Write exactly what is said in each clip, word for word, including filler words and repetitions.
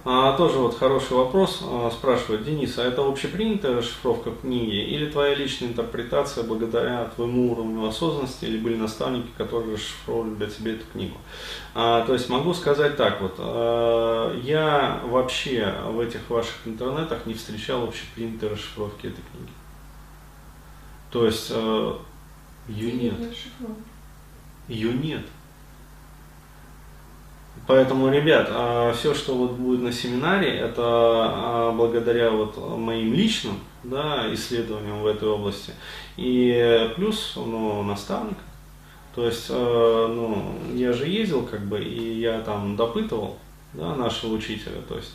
А, тоже вот хороший вопрос. А, спрашивает Денис, а это общепринятая расшифровка книги или твоя личная интерпретация благодаря твоему уровню осознанности, или были наставники, которые расшифровали для тебя эту книгу? А, то есть могу сказать так вот, а, я вообще в этих ваших интернетах не встречал общепринятой расшифровки этой книги. То есть а, ее нет. Ее нет. Поэтому, ребят, все, что вот будет на семинаре, это благодаря вот моим личным, да, исследованиям в этой области, и плюс, ну, наставник. То есть, ну, я же ездил, как бы, и я там допытывал, да, нашего учителя, то есть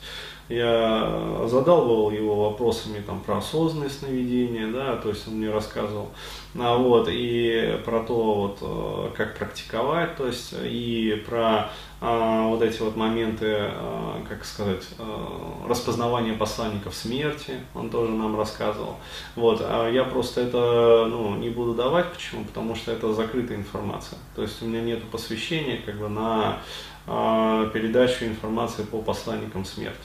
я задалбывал его вопросами там про осознанное сновидение, да, то есть он мне рассказывал, а вот, и про то, вот, как практиковать, то есть, и про а, вот эти вот моменты, а, как сказать, а, распознавания посланников смерти, он тоже нам рассказывал. Вот, а я просто это, ну, не буду давать, почему? Потому что это закрытая информация, то есть у меня нет посвящения, как бы, на а, передачу информации по посланникам смерти.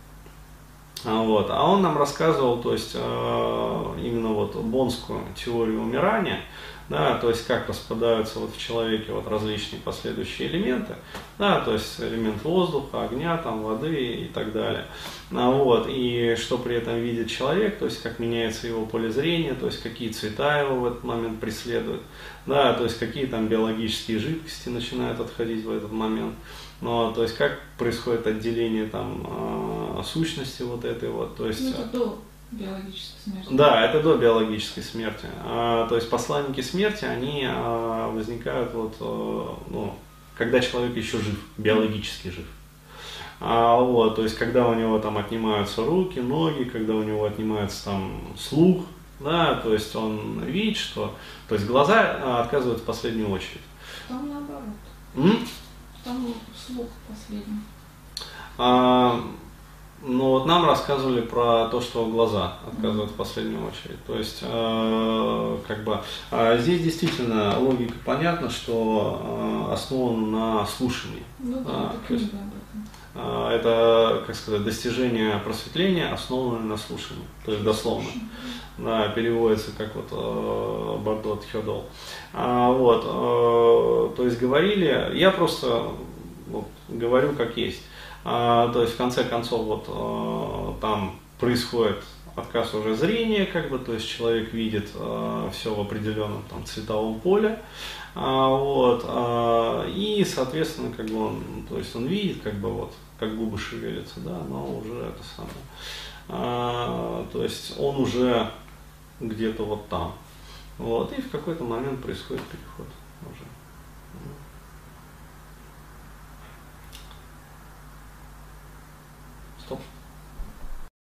Вот. А он нам рассказывал, то есть, э, именно вот бонскую теорию умирания, да, то есть как распадаются вот в человеке вот различные последующие элементы, да, то есть элемент воздуха, огня, там, воды и так далее. А вот, и что при этом видит человек, то есть как меняется его поле зрения, то есть какие цвета его в этот момент преследуют, да, то есть какие там биологические жидкости начинают отходить в этот момент. Ну, то есть как происходит отделение там э, сущности вот этой вот, то есть. Ну, это до биологической смерти. Да, это до биологической смерти. А, то есть посланники смерти, они а, возникают вот, а, ну, когда человек еще жив, биологически жив. А, вот, то есть когда у него там отнимаются руки, ноги, когда у него отнимается там слух, да, то есть он видит, что, то есть глаза а, отказывают в последнюю очередь. Там наоборот. М? Там слух последний. А, ну вот нам рассказывали про то, что глаза отказывают в последнюю очередь. То есть, э, как бы, э, здесь действительно логика понятна, что э, основана на слушании. Ну да, А, это то есть, книга об этом. э, это, как сказать, достижение просветления, основанное на слушании. То есть дословно. Да, переводится как вот э, Бардот Хёдол. А, вот, э, то есть говорили, я просто вот, говорю как есть. А, то есть в конце концов вот а, там происходит отказ уже зрения, как бы, то есть человек видит а, все в определенном там цветовом поле, а, вот, а, и соответственно как бы он, то есть он видит как бы вот как губы шевелятся, да, но уже это самое, а, то есть он уже где-то вот там, вот, и в какой-то момент происходит переход уже. Стоп.